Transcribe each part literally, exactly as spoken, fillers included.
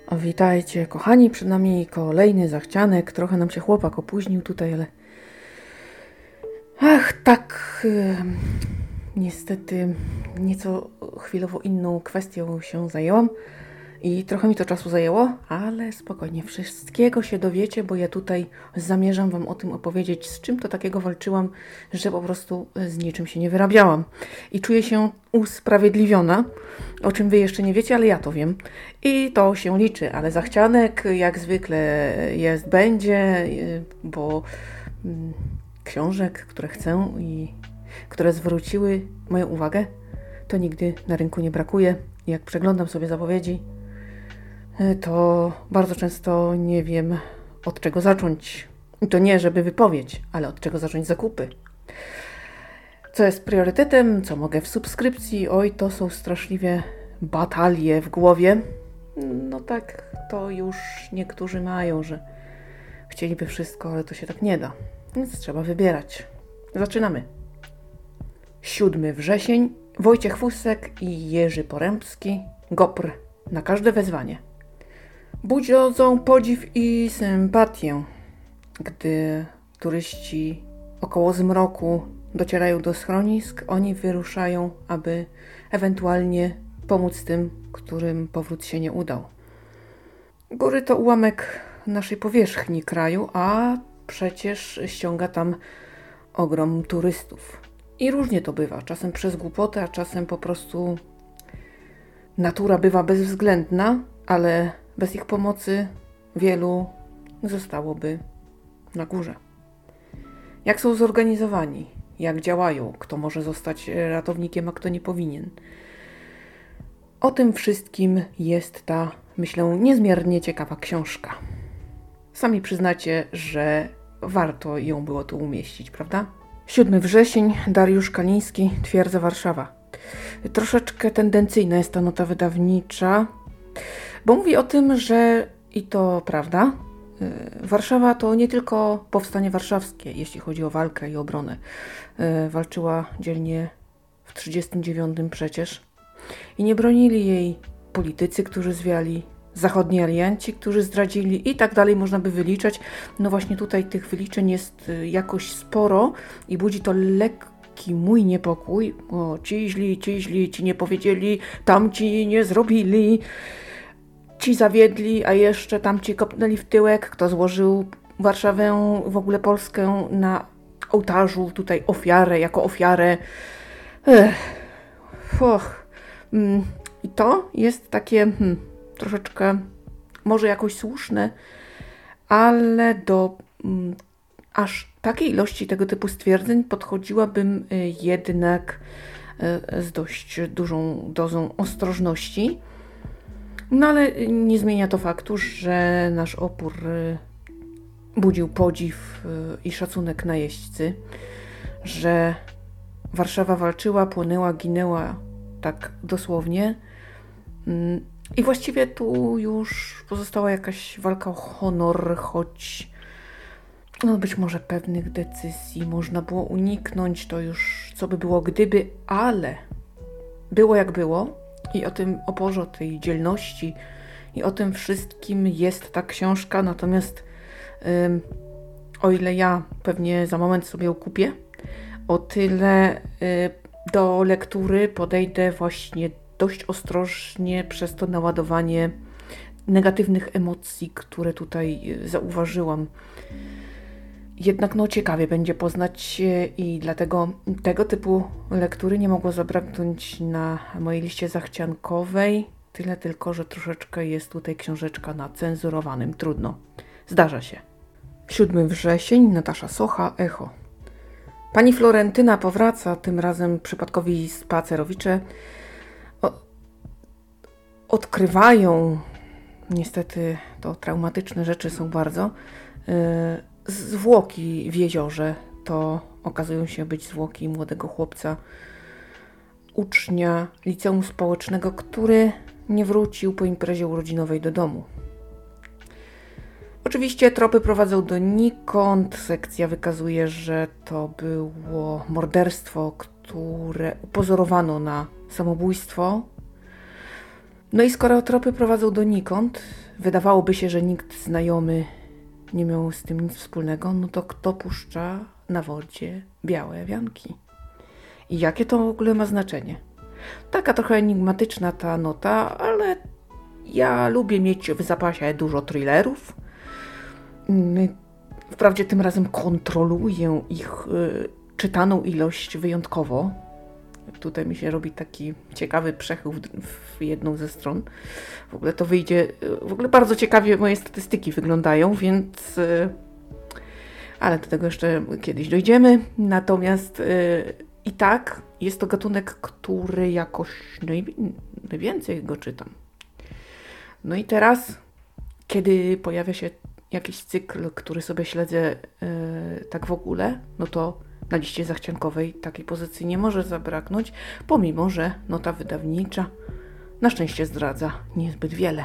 O, witajcie, kochani, przed nami kolejny zachcianek. Trochę nam się chłopak opóźnił tutaj, ale... Ach, tak... Yy, niestety nieco chwilowo inną kwestią się zajęłam i trochę mi to czasu zajęło, ale spokojnie, wszystkiego się dowiecie, bo ja tutaj zamierzam Wam o tym opowiedzieć, z czym to takiego walczyłam, że po prostu z niczym się nie wyrabiałam. I czuję się usprawiedliwiona, o czym Wy jeszcze nie wiecie, ale ja to wiem. I to się liczy, ale zachcianek jak zwykle jest, będzie, bo mm, książek, które chcę i które zwróciły moją uwagę, to nigdy na rynku nie brakuje. Jak przeglądam sobie zapowiedzi, to bardzo często nie wiem, od czego zacząć. I to nie, żeby wypowiedź, ale od czego zacząć zakupy. Co jest priorytetem, co mogę w subskrypcji, oj, to są straszliwie batalie w głowie. No tak, to już niektórzy mają, że chcieliby wszystko, ale to się tak nie da. Więc trzeba wybierać. Zaczynamy. siódmy wrzesień, Wojciech Fusek i Jerzy Porębski, Gopr na każde wezwanie. Budzą podziw i sympatię, gdy turyści około zmroku docierają do schronisk, oni wyruszają, aby ewentualnie pomóc tym, którym powrót się nie udał. Góry to ułamek naszej powierzchni kraju, a przecież ściąga tam ogrom turystów. I różnie to bywa, czasem przez głupotę, a czasem po prostu natura bywa bezwzględna, ale bez ich pomocy wielu zostałoby na górze. Jak są zorganizowani? Jak działają? Kto może zostać ratownikiem, a kto nie powinien? O tym wszystkim jest ta, myślę, niezmiernie ciekawa książka. Sami przyznacie, że warto ją było tu umieścić, prawda? siódmy wrzesień, Dariusz Kaliński, Twierdza Warszawa. Troszeczkę tendencyjna jest ta nota wydawnicza, bo mówi o tym, że, i to prawda, Warszawa to nie tylko powstanie warszawskie, jeśli chodzi o walkę i obronę. Walczyła dzielnie w trzydziestym dziewiątym przecież i nie bronili jej politycy, którzy zwiali, zachodni alianci, którzy zdradzili i tak dalej, można by wyliczać. No właśnie tutaj tych wyliczeń jest jakoś sporo i budzi to lekki mój niepokój. O, ci źli, ci źli, ci nie powiedzieli, tamci nie zrobili, ci zawiedli, a jeszcze tamci kopnęli w tyłek. Kto złożył Warszawę, w ogóle Polskę na ołtarzu, tutaj ofiarę, jako ofiarę. Ech. Och. I to jest takie... Hmm, troszeczkę może jakoś słuszne, ale do mm, aż takiej ilości tego typu stwierdzeń podchodziłabym y, jednak y, z dość dużą dozą ostrożności. No ale nie zmienia to faktu, że nasz opór y, budził podziw y, i szacunek najeźdźcy, że Warszawa walczyła, płonęła, ginęła tak dosłownie. Y, I właściwie tu już pozostała jakaś walka o honor, choć no być może pewnych decyzji można było uniknąć, to już co by było gdyby, ale było jak było i o tym oporze, o tej dzielności i o tym wszystkim jest ta książka, natomiast ym, o ile ja pewnie za moment sobie ją kupię, o tyle y, do lektury podejdę właśnie dość ostrożnie przez to naładowanie negatywnych emocji, które tutaj zauważyłam. Jednak no ciekawie będzie poznać i dlatego tego typu lektury nie mogło zabraknąć na mojej liście zachciankowej. Tyle tylko, że troszeczkę jest tutaj książeczka na cenzurowanym. Trudno. Zdarza się. siódmy wrzesień, Natasza Socha, Echo. Pani Florentyna powraca, tym razem przypadkowi spacerowicze odkrywają, niestety to traumatyczne rzeczy są bardzo, yy, zwłoki w jeziorze. To okazują się być zwłoki młodego chłopca, ucznia liceum społecznego, który nie wrócił po imprezie urodzinowej do domu. Oczywiście tropy prowadzą donikąd. Sekcja wykazuje, że to było morderstwo, które upozorowano na samobójstwo. No i skoro tropy prowadzą donikąd, wydawałoby się, że nikt znajomy nie miał z tym nic wspólnego, no to kto puszcza na wodzie białe wianki? I jakie to w ogóle ma znaczenie? Taka trochę enigmatyczna ta nota, ale ja lubię mieć w zapasie dużo thrillerów. Wprawdzie tym razem kontroluję ich y, czytaną ilość wyjątkowo. Tutaj mi się robi taki ciekawy przechył w, w jedną ze stron. W ogóle to wyjdzie, w ogóle bardzo ciekawie moje statystyki wyglądają, więc... Y, ale do tego jeszcze kiedyś dojdziemy. Natomiast y, i tak jest to gatunek, który jakoś naj, najwięcej go czytam. No i teraz, kiedy pojawia się jakiś cykl, który sobie śledzę yy, tak w ogóle, no to na liście zachciankowej takiej pozycji nie może zabraknąć, pomimo że nota wydawnicza na szczęście zdradza niezbyt wiele.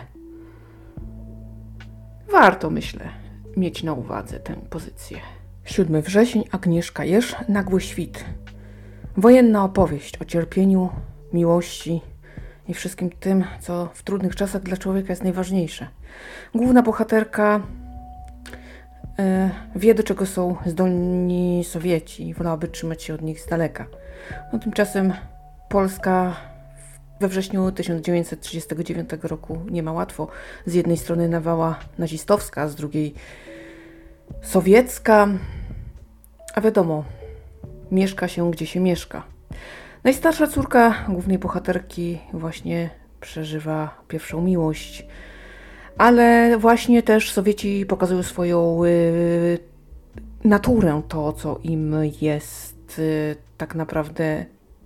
Warto, myślę, mieć na uwadze tę pozycję. siódmy wrzesień, Agnieszka Jerz, Nagły świt. Wojenna opowieść o cierpieniu, miłości i wszystkim tym, co w trudnych czasach dla człowieka jest najważniejsze. Główna bohaterka yy, wie, do czego są zdolni Sowieci i wolałaby trzymać się od nich z daleka. No, tymczasem Polska we wrześniu tysiąc dziewięćset trzydziestego dziewiątego roku nie ma łatwo. Z jednej strony nawała nazistowska, a z drugiej sowiecka. A wiadomo, mieszka się, gdzie się mieszka. Najstarsza córka głównej bohaterki właśnie przeżywa pierwszą miłość, ale właśnie też Sowieci pokazują swoją y, naturę, to co im jest y, tak naprawdę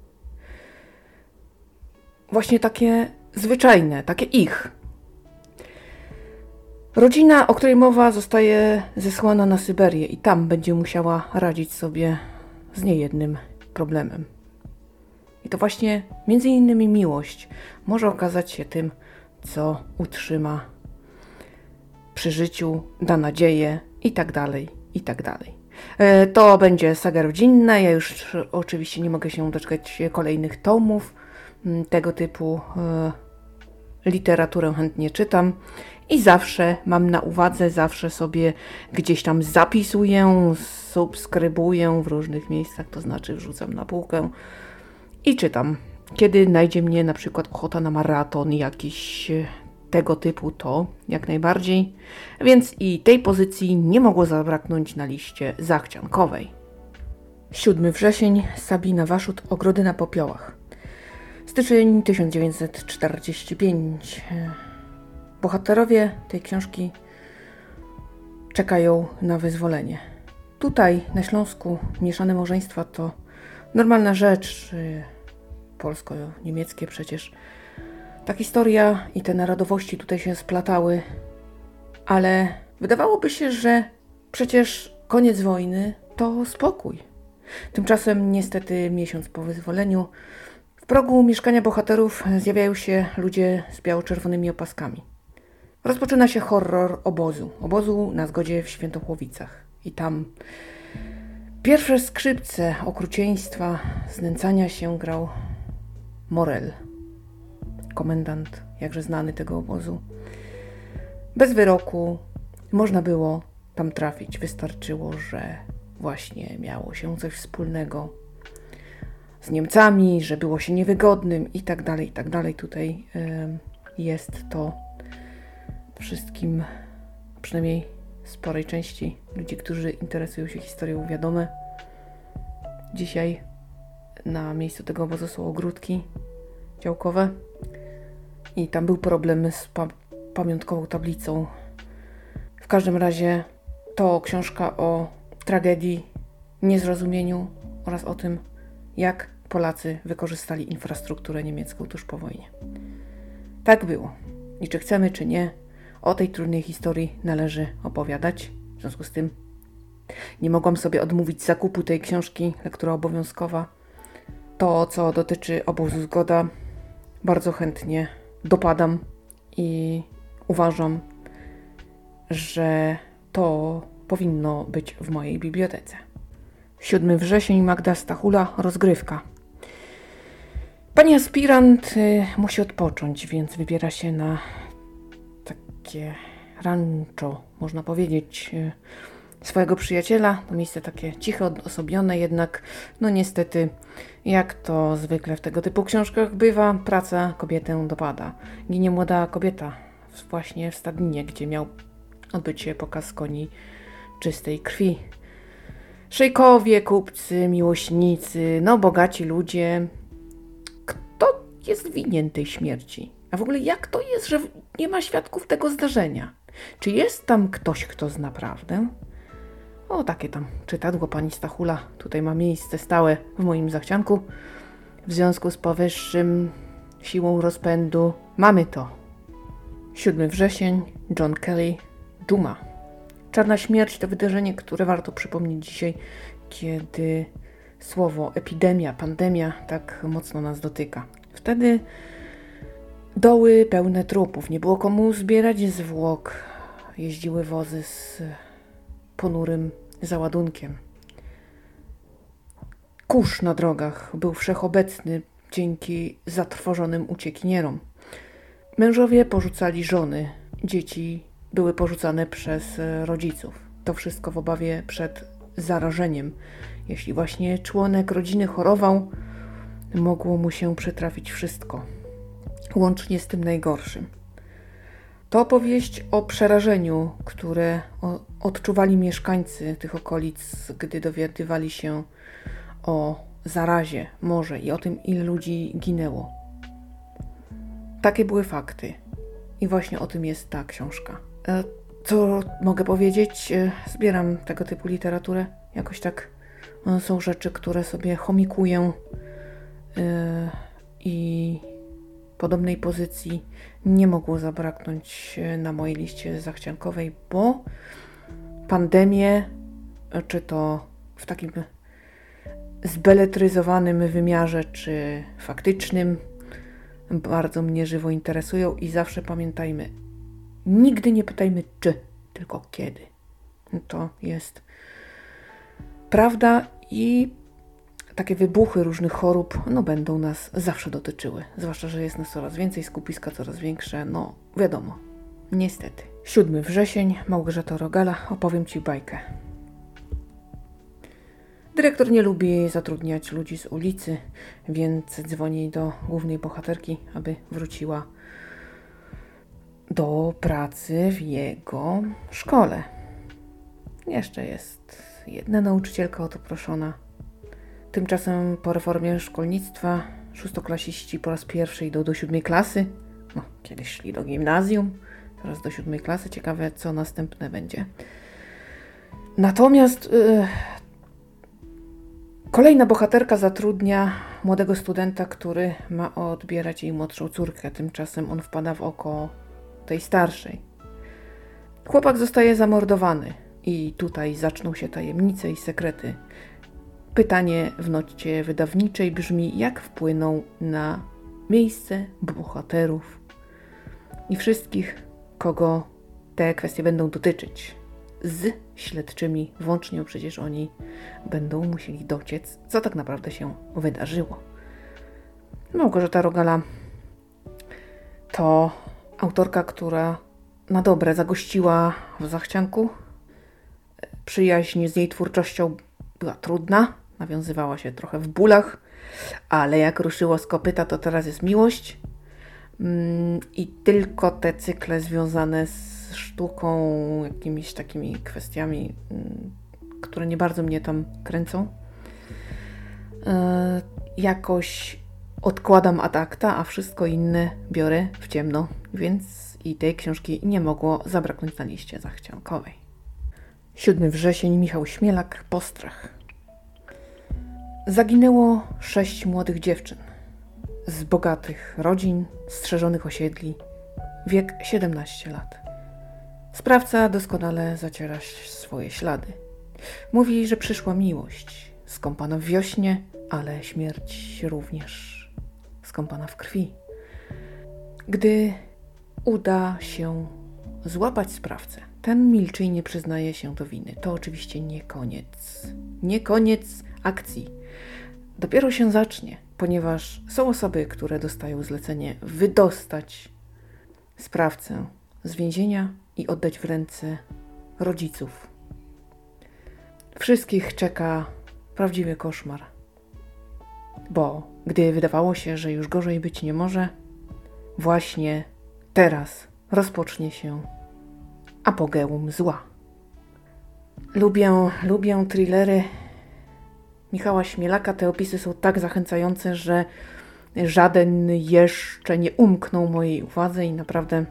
właśnie takie zwyczajne, takie ich. Rodzina, o której mowa, zostaje zesłana na Syberię i tam będzie musiała radzić sobie z niejednym problemem. I to właśnie między innymi miłość może okazać się tym, co utrzyma przy życiu, da nadzieję i tak dalej, i tak dalej. E, to będzie saga rodzinna. Ja już oczywiście nie mogę się doczekać kolejnych tomów. Tego typu e, literaturę chętnie czytam i zawsze mam na uwadze, zawsze sobie gdzieś tam zapisuję, subskrybuję w różnych miejscach, to znaczy wrzucam na półkę i czytam. Kiedy najdzie mnie na przykład ochota na maraton jakiś tego typu, to jak najbardziej. Więc i tej pozycji nie mogło zabraknąć na liście zachciankowej. siódmy wrzesień, Sabina Waszut, Ogrody na popiołach. Styczeń tysiąc dziewięćset czterdziesty piąty. Bohaterowie tej książki czekają na wyzwolenie. Tutaj na Śląsku mieszane małżeństwa to normalna rzecz, polsko-niemieckie przecież. Ta historia i te narodowości tutaj się splatały, ale wydawałoby się, że przecież koniec wojny to spokój. Tymczasem niestety miesiąc po wyzwoleniu w progu mieszkania bohaterów zjawiają się ludzie z biało-czerwonymi opaskami. Rozpoczyna się horror obozu. Obozu na zgodzie w Świętochłowicach. I tam pierwsze skrzypce okrucieństwa, znęcania się grał Morel, komendant jakże znany tego obozu. Bez wyroku można było tam trafić. Wystarczyło, że właśnie miało się coś wspólnego z Niemcami, że było się niewygodnym i tak dalej, i tak dalej. Tutaj y, jest to wszystkim, przynajmniej sporej części ludzi, którzy interesują się historią, wiadome. Dzisiaj na miejscu tego obozu są ogródki działkowe i tam był problem z pa- pamiątkową tablicą. W każdym razie to książka o tragedii, niezrozumieniu oraz o tym, jak Polacy wykorzystali infrastrukturę niemiecką tuż po wojnie. Tak było. I czy chcemy, czy nie, o tej trudnej historii należy opowiadać. W związku z tym nie mogłam sobie odmówić zakupu tej książki, lektura obowiązkowa. To, co dotyczy obozu Zgoda, bardzo chętnie dopadam i uważam, że to powinno być w mojej bibliotece. siódmy wrzesień, Magda Stachula, Rozgrywka. Pani aspirant y, musi odpocząć, więc wybiera się na takie rancho, można powiedzieć, swojego przyjaciela. To miejsce takie ciche, odosobnione, jednak no niestety, jak to zwykle w tego typu książkach bywa, praca kobietę dopada. Ginie młoda kobieta właśnie w stadninie, gdzie miał odbyć się pokaz koni czystej krwi. Szejkowie, kupcy, miłośnicy, no bogaci ludzie. Kto jest winien tej śmierci? A w ogóle jak to jest, że nie ma świadków tego zdarzenia? Czy jest tam ktoś, kto zna prawdę? O, takie tam czytadło pani Stachula tutaj ma miejsce stałe w moim zachcianku. W związku z powyższym siłą rozpędu mamy to. siódmy wrzesień, John Kelly, Duma. Czarna śmierć to wydarzenie, które warto przypomnieć dzisiaj, kiedy słowo epidemia, pandemia tak mocno nas dotyka. Wtedy doły pełne trupów, nie było komu zbierać zwłok. Jeździły wozy z ponurym załadunkiem. Kurz na drogach był wszechobecny dzięki zatrwożonym uciekinierom. Mężowie porzucali żony, dzieci były porzucane przez rodziców. To wszystko w obawie przed zarażeniem. Jeśli właśnie członek rodziny chorował, mogło mu się przytrafić wszystko, łącznie z tym najgorszym. To opowieść o przerażeniu, które odczuwali mieszkańcy tych okolic, gdy dowiadywali się o zarazie, morze i o tym, ile ludzi ginęło. Takie były fakty. I właśnie o tym jest ta książka. Co mogę powiedzieć? Zbieram tego typu literaturę. Jakoś tak są rzeczy, które sobie chomikuję i podobnej pozycji nie mogło zabraknąć na mojej liście zachciankowej, bo pandemię, czy to w takim zbeletryzowanym wymiarze, czy faktycznym, bardzo mnie żywo interesują i zawsze pamiętajmy, nigdy nie pytajmy czy, tylko kiedy. To jest prawda i takie wybuchy różnych chorób, no będą nas zawsze dotyczyły. Zwłaszcza, że jest nas coraz więcej, skupiska coraz większe, no wiadomo, niestety. siódmy wrzesień, Małgorzata Rogala, opowiem Ci bajkę. Dyrektor nie lubi zatrudniać ludzi z ulicy, więc dzwoni do głównej bohaterki, aby wróciła do pracy w jego szkole. Jeszcze jest jedna nauczycielka o to proszona. Tymczasem po reformie szkolnictwa szóstoklasiści po raz pierwszy idą do siódmej klasy. No, kiedyś szli do gimnazjum, teraz do siódmej klasy. Ciekawe, co następne będzie. Natomiast yy, kolejna bohaterka zatrudnia młodego studenta, który ma odbierać jej młodszą córkę. Tymczasem on wpada w oko tej starszej. Chłopak zostaje zamordowany i tutaj zaczną się tajemnice i sekrety. Pytanie w nocie wydawniczej brzmi, jak wpłyną na miejsce bohaterów i wszystkich, kogo te kwestie będą dotyczyć. Z śledczymi włącznie, bo przecież oni będą musieli dociec, co tak naprawdę się wydarzyło. Małgorzata Rogala to autorka, która na dobre zagościła w Zachcianku. Przyjaźń z jej twórczością była trudna, nawiązywała się trochę w bólach, ale jak ruszyło z kopyta, to teraz jest miłość. I tylko te cykle związane z sztuką, jakimiś takimi kwestiami, które nie bardzo mnie tam kręcą, jakoś odkładam ad acta, a wszystko inne biorę w ciemno, więc i tej książki nie mogło zabraknąć na liście zachciankowej. siódmy wrzesień, Michał Śmielak, Postrach. Zaginęło sześć młodych dziewczyn z bogatych rodzin, strzeżonych osiedli, wiek siedemnaście lat. Sprawca doskonale zaciera swoje ślady. Mówi, że przyszła miłość, skąpana w wiośnie, ale śmierć również skąpana w krwi. Gdy uda się złapać sprawcę, ten milczy i nie przyznaje się do winy. To oczywiście nie koniec. Nie koniec akcji. Dopiero się zacznie, ponieważ są osoby, które dostają zlecenie wydostać sprawcę z więzienia i oddać w ręce rodziców. Wszystkich czeka prawdziwy koszmar. Bo gdy wydawało się, że już gorzej być nie może, właśnie teraz rozpocznie się apogeum zła. Lubię, lubię thrillery Michała Śmielaka. Te opisy są tak zachęcające, że żaden jeszcze nie umknął mojej uwadze i naprawdę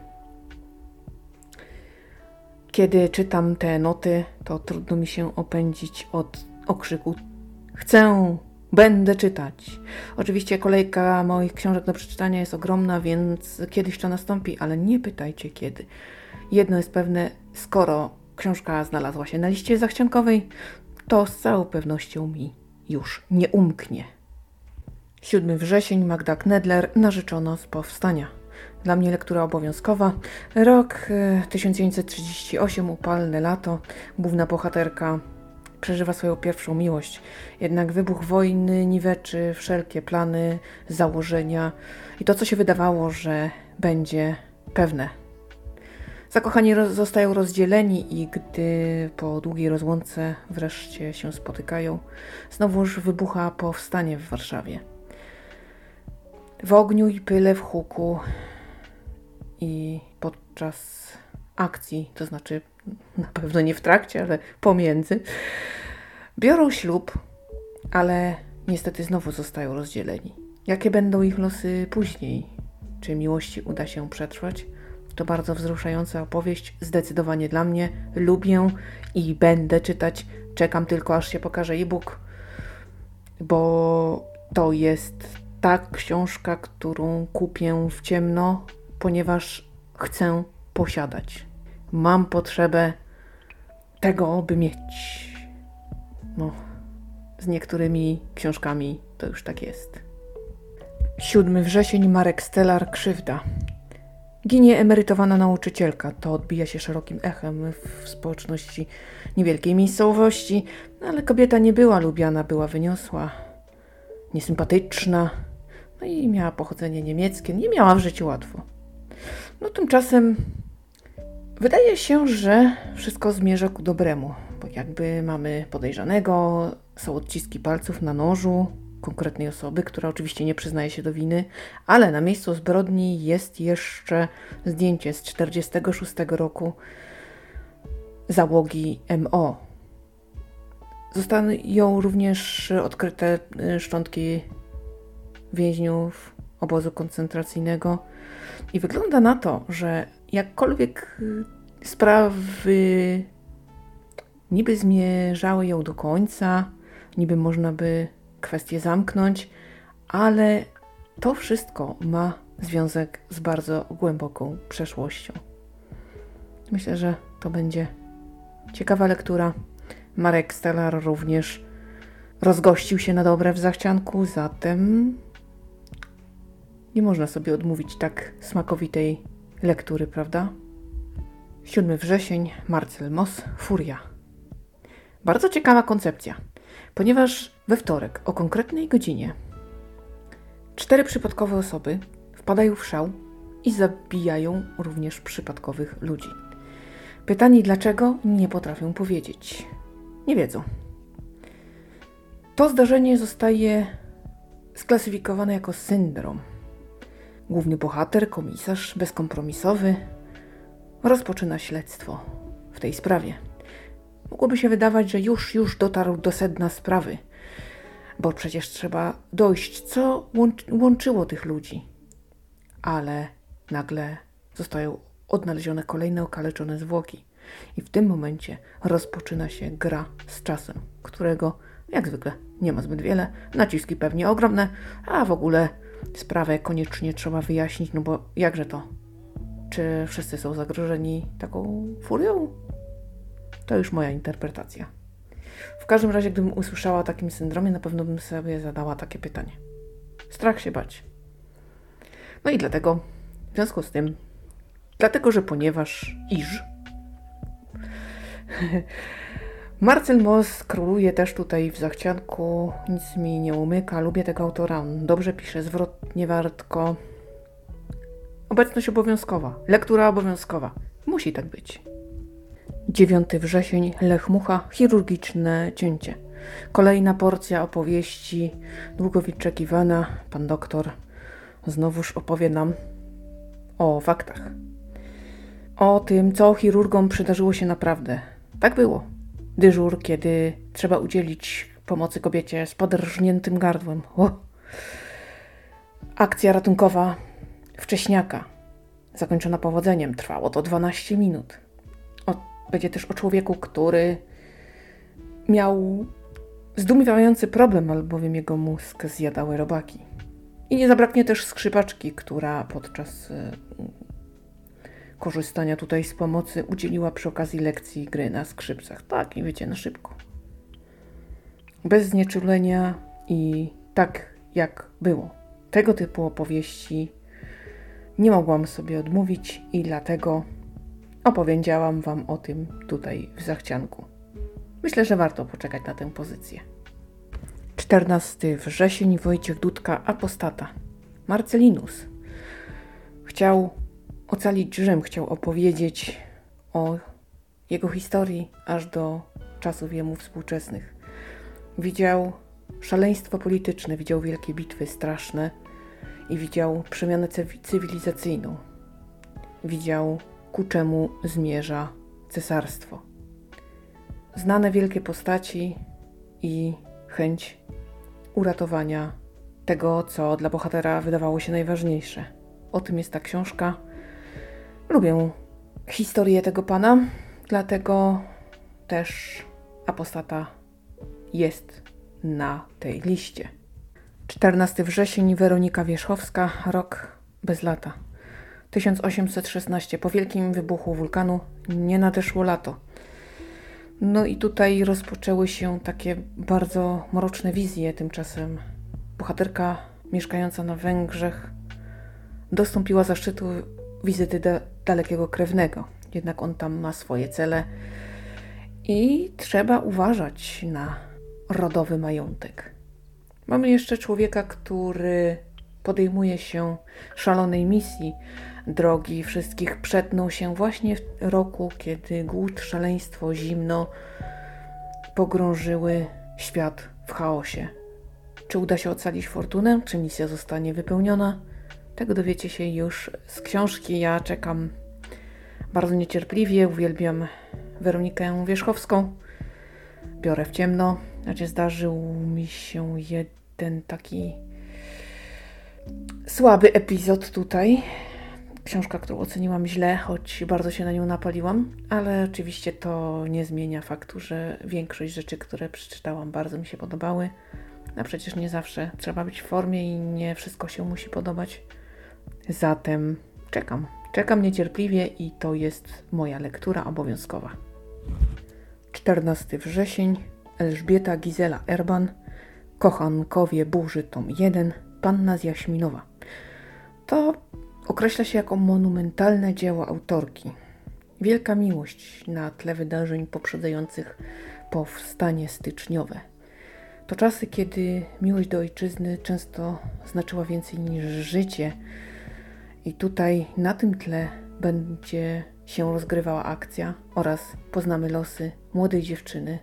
kiedy czytam te noty, to trudno mi się opędzić od okrzyku chcę, będę czytać. Oczywiście kolejka moich książek do przeczytania jest ogromna, więc kiedyś to nastąpi, ale nie pytajcie kiedy. Jedno jest pewne, skoro książka znalazła się na liście zachciankowej, to z całą pewnością mi już nie umknie. siódmy wrzesień, Magda Knedler, Narzeczona z powstania. Dla mnie lektura obowiązkowa. Rok tysiąc dziewięćset trzydziesty ósmy, upalne lato. Główna bohaterka przeżywa swoją pierwszą miłość. Jednak wybuch wojny niweczy wszelkie plany, założenia i to, co się wydawało, że będzie pewne. Zakochani roz- zostają rozdzieleni i gdy po długiej rozłące wreszcie się spotykają, znowuż wybucha powstanie w Warszawie. W ogniu i pyle, w huku i podczas akcji, to znaczy na pewno nie w trakcie, ale pomiędzy, biorą ślub, ale niestety znowu zostają rozdzieleni. Jakie będą ich losy później? Czy miłości uda się przetrwać? To bardzo wzruszająca opowieść, zdecydowanie dla mnie. Lubię i będę czytać. Czekam tylko, aż się pokaże e-book, bo to jest ta książka, którą kupię w ciemno, ponieważ chcę posiadać. Mam potrzebę tego, by mieć. No, z niektórymi książkami to już tak jest. siódmy wrzesień, Marek Stellar, Krzywda. Ginie emerytowana nauczycielka. To odbija się szerokim echem w społeczności niewielkiej miejscowości, ale kobieta nie była lubiana, była wyniosła, niesympatyczna, no i miała pochodzenie niemieckie, nie miała w życiu łatwo. No tymczasem wydaje się, że wszystko zmierza ku dobremu, bo jakby mamy podejrzanego, są odciski palców na nożu konkretnej osoby, która oczywiście nie przyznaje się do winy, ale na miejscu zbrodni jest jeszcze zdjęcie z czterdziestego szóstego roku załogi M O. Zostają również odkryte szczątki więźniów obozu koncentracyjnego i wygląda na to, że jakkolwiek sprawy niby zmierzały ją do końca, niby można by kwestię zamknąć, ale to wszystko ma związek z bardzo głęboką przeszłością. Myślę, że to będzie ciekawa lektura. Marek Stellar również rozgościł się na dobre w Zachcianku, zatem nie można sobie odmówić tak smakowitej lektury, prawda? siódmy wrzesień, Marcel Moss, Furia. Bardzo ciekawa koncepcja, ponieważ we wtorek o konkretnej godzinie cztery przypadkowe osoby wpadają w szał i zabijają również przypadkowych ludzi. Pytani dlaczego, nie potrafią powiedzieć. Nie wiedzą. To zdarzenie zostaje sklasyfikowane jako syndrom. Główny bohater, komisarz bezkompromisowy, rozpoczyna śledztwo w tej sprawie. Mogłoby się wydawać, że już, już dotarł do sedna sprawy, bo przecież trzeba dojść, co łączyło tych ludzi. Ale nagle zostają odnalezione kolejne okaleczone zwłoki i w tym momencie rozpoczyna się gra z czasem, którego jak zwykle nie ma zbyt wiele, naciski pewnie ogromne, a w ogóle sprawę koniecznie trzeba wyjaśnić, no bo jakże to? Czy wszyscy są zagrożeni taką furią? To już moja interpretacja. W każdym razie, gdybym usłyszała o takim syndromie, na pewno bym sobie zadała takie pytanie. Strach się bać. No i dlatego, w związku z tym, dlatego, że ponieważ iż Marcel Moss króluje też tutaj w Zachcianku, nic mi nie umyka, lubię tego autora, on dobrze pisze, zwrotnie wartko. Obecność obowiązkowa, lektura obowiązkowa. musi tak być. dziewiąty wrzesień, Lech Mucha, chirurgiczne cięcie. Kolejna porcja opowieści, długo wyczekiwana. Pan doktor znowuż opowie nam o faktach. O tym, co chirurgom przydarzyło się naprawdę. Tak było. Dyżur, kiedy trzeba udzielić pomocy kobiecie z poderżniętym gardłem. O. Akcja ratunkowa wcześniaka, zakończona powodzeniem. Trwało to dwanaście minut. O, będzie też o człowieku, który miał zdumiewający problem, albowiem jego mózg zjadały robaki. I nie zabraknie też skrzypaczki, która podczas y, korzystania tutaj z pomocy udzieliła przy okazji lekcji gry na skrzypcach. Tak, i wiecie, na szybko. Bez znieczulenia i tak jak było. Tego typu opowieści nie mogłam sobie odmówić i dlatego opowiedziałam wam o tym tutaj w zachcianku. Myślę, że warto poczekać na tę pozycję. czternasty wrzesień, Wojciech Dudka, apostata. Marcelinus chciał ocalić Rzym, chciał opowiedzieć o jego historii aż do czasów jemu współczesnych. Widział szaleństwo polityczne, widział wielkie bitwy straszne i widział przemianę cywilizacyjną. Widział, ku czemu zmierza cesarstwo. Znane wielkie postaci i chęć uratowania tego, co dla bohatera wydawało się najważniejsze. O tym jest ta książka. Lubię historię tego pana, dlatego też apostata jest na tej liście. czternasty wrzesień, Weronika Wierzchowska, Rok bez lata. tysiąc osiemset szesnaście. Po wielkim wybuchu wulkanu nie nadeszło lato. No i tutaj rozpoczęły się takie bardzo mroczne wizje. Tymczasem bohaterka mieszkająca na Węgrzech dostąpiła zaszczytu wizyty da- dalekiego krewnego. Jednak on tam ma swoje cele i trzeba uważać na rodowy majątek. Mamy jeszcze człowieka, który podejmuje się szalonej misji. Drogi wszystkich przetnął się właśnie w roku, kiedy głód, szaleństwo, zimno pogrążyły świat w chaosie. Czy uda się ocalić fortunę? Czy misja zostanie wypełniona? Tego dowiecie się już z książki. Ja czekam bardzo niecierpliwie. Uwielbiam Weronikę Wierzchowską. Biorę w ciemno. Znaczy zdarzył mi się jeden taki słaby epizod tutaj. Książka, którą oceniłam źle, choć bardzo się na nią napaliłam, ale oczywiście to nie zmienia faktu, że większość rzeczy, które przeczytałam, bardzo mi się podobały. A przecież nie zawsze trzeba być w formie i nie wszystko się musi podobać. Zatem czekam. Czekam niecierpliwie i to jest moja lektura obowiązkowa. czternasty wrzesień, Elżbieta Gizela Erban, Kochankowie burzy, tom jeden, Panna z Jaśminowa. To określa się jako monumentalne dzieło autorki. Wielka miłość na tle wydarzeń poprzedzających powstanie styczniowe. To czasy, kiedy miłość do ojczyzny często znaczyła więcej niż życie. I tutaj na tym tle będzie się rozgrywała akcja oraz poznamy losy młodej dziewczyny.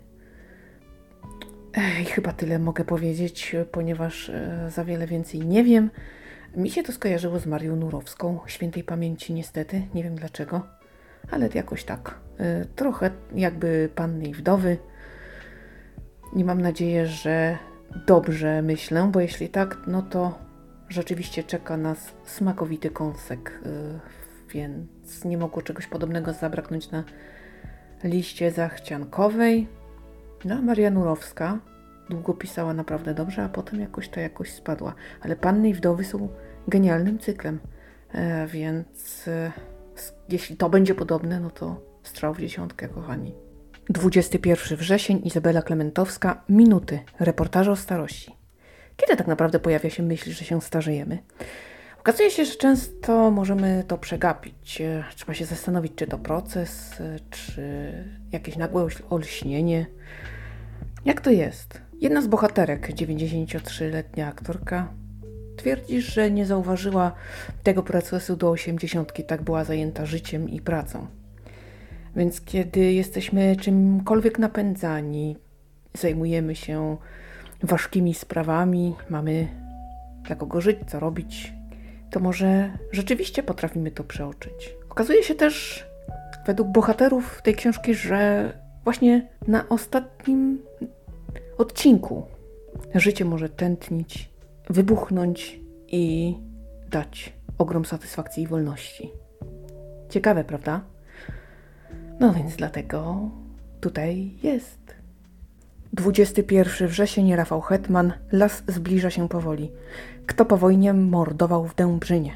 I chyba tyle mogę powiedzieć, ponieważ e, za wiele więcej nie wiem. Mi się to skojarzyło z Marią Nurowską, świętej pamięci niestety, nie wiem dlaczego, ale jakoś tak. E, trochę jakby Panny i Wdowy. I mam nadzieję, że dobrze myślę, bo jeśli tak, no to rzeczywiście czeka nas smakowity kąsek, e, więc nie mogło czegoś podobnego zabraknąć na liście zachciankowej. No, a Maria Nurowska długo pisała naprawdę dobrze, a potem jakoś to jakoś spadła. Ale Panny i Wdowy są genialnym cyklem, e, więc e, jeśli to będzie podobne, no to strzał w dziesiątkę, kochani. dwudziesty pierwszy wrzesień, Izabela Klementowska, Minuty, reportaże o starości. Kiedy tak naprawdę pojawia się myśl, że się starzejemy? Okazuje się, że często możemy to przegapić. Trzeba się zastanowić, czy to proces, czy jakieś nagłe olśnienie. Jak to jest? Jedna z bohaterek, dziewięćdziesięciotrzyletnia aktorka, twierdzi, że nie zauważyła tego procesu do osiemdziesiątki, tak była zajęta życiem i pracą. Więc kiedy jesteśmy czymkolwiek napędzani, zajmujemy się ważkimi sprawami, mamy dla kogo żyć, co robić, to może rzeczywiście potrafimy to przeoczyć. Okazuje się też, według bohaterów tej książki, że właśnie na ostatnim odcinku życie może tętnić, wybuchnąć i dać ogrom satysfakcji i wolności. Ciekawe, prawda? No więc dlatego tutaj jest. dwudziestego pierwszego września, Rafał Hetman. Las zbliża się powoli. Kto po wojnie mordował w Dębrzynie?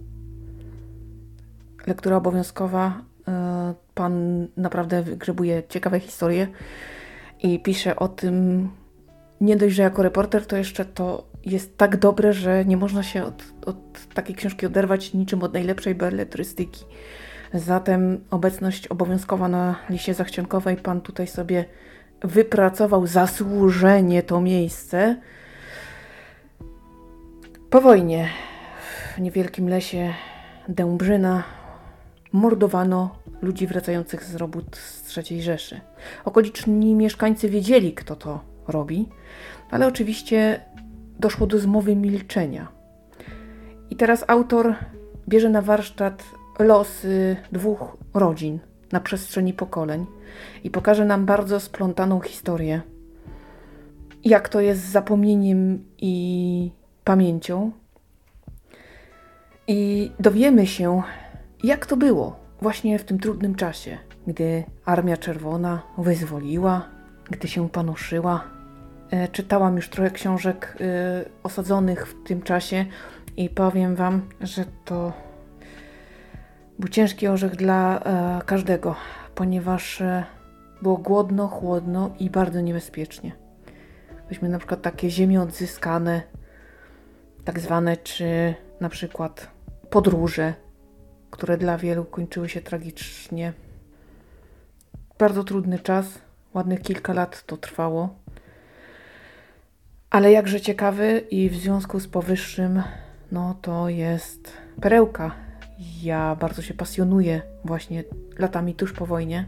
Lektura obowiązkowa. Pan naprawdę wygrzebuje ciekawe historie i pisze o tym, nie dość, że jako reporter, to jeszcze to jest tak dobre, że nie można się od, od takiej książki oderwać niczym od najlepszej beletrystyki. Zatem obecność obowiązkowa na liście zachciankowej. Pan tutaj sobie wypracował zasłużenie to miejsce. Po wojnie w niewielkim lesie Dębrzyna mordowano ludzi wracających z robót z trzeciej Rzeszy. Okoliczni mieszkańcy wiedzieli, kto to robi, ale oczywiście doszło do zmowy milczenia. I teraz autor bierze na warsztat losy dwóch rodzin na przestrzeni pokoleń i pokaże nam bardzo splątaną historię. Jak to jest z zapomnieniem i pamięcią. I dowiemy się, jak to było właśnie w tym trudnym czasie, gdy Armia Czerwona wyzwoliła, gdy się panoszyła. E, czytałam już trochę książek e, osadzonych w tym czasie i powiem wam, że to był ciężki orzech dla e, każdego, ponieważ e, było głodno, chłodno i bardzo niebezpiecznie. Weźmy na przykład takie ziemie odzyskane, tak zwane, czy na przykład podróże, które dla wielu kończyły się tragicznie. Bardzo trudny czas, ładnych kilka lat to trwało, ale jakże ciekawy i w związku z powyższym, no to jest perełka. Ja bardzo się pasjonuję właśnie latami tuż po wojnie.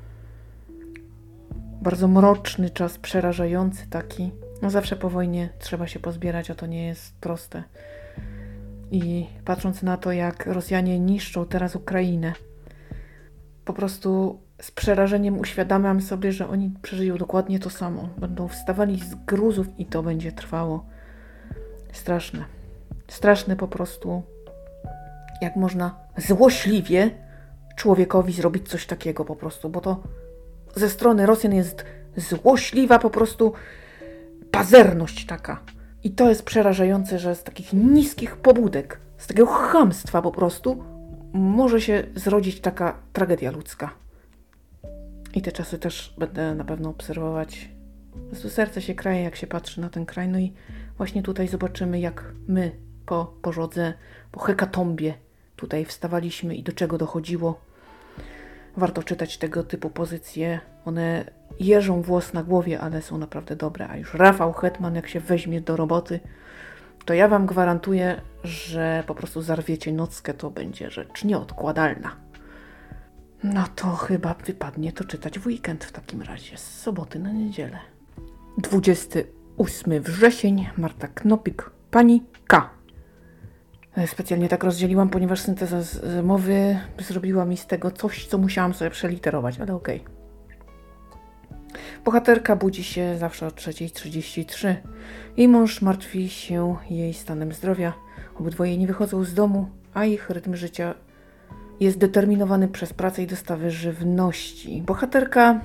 Bardzo mroczny czas, przerażający taki. No zawsze po wojnie trzeba się pozbierać, a to nie jest proste. I patrząc na to, jak Rosjanie niszczą teraz Ukrainę, po prostu z przerażeniem uświadamiam sobie, że oni przeżyją dokładnie to samo. Będą wstawali z gruzów i to będzie trwało. Straszne. Straszne po prostu, jak można złośliwie człowiekowi zrobić coś takiego po prostu, bo to ze strony Rosjan jest złośliwa po prostu pazerność taka. I to jest przerażające, że z takich niskich pobudek, z takiego chamstwa po prostu może się zrodzić taka tragedia ludzka. I te czasy też będę na pewno obserwować. Po prostu serce się kraje, jak się patrzy na ten kraj. No i właśnie tutaj zobaczymy, jak my po pożodze, po hekatombie tutaj wstawaliśmy i do czego dochodziło. Warto czytać tego typu pozycje. One jeżą włos na głowie, ale są naprawdę dobre. A już Rafał Hetman, jak się weźmie do roboty, to ja wam gwarantuję, że po prostu zarwiecie nockę, to będzie rzecz nieodkładalna. No to chyba wypadnie to czytać w weekend w takim razie, z soboty na niedzielę. dwudziestego ósmego września, Marta Knopik, Pani K. Specjalnie tak rozdzieliłam, ponieważ synteza z mowy zrobiła mi z tego coś, co musiałam sobie przeliterować, ale okej. Okay. Bohaterka budzi się zawsze o trzeciej trzydzieści trzy. Jej mąż martwi się jej stanem zdrowia. Obydwoje nie wychodzą z domu, a ich rytm życia jest determinowany przez pracę i dostawy żywności. Bohaterka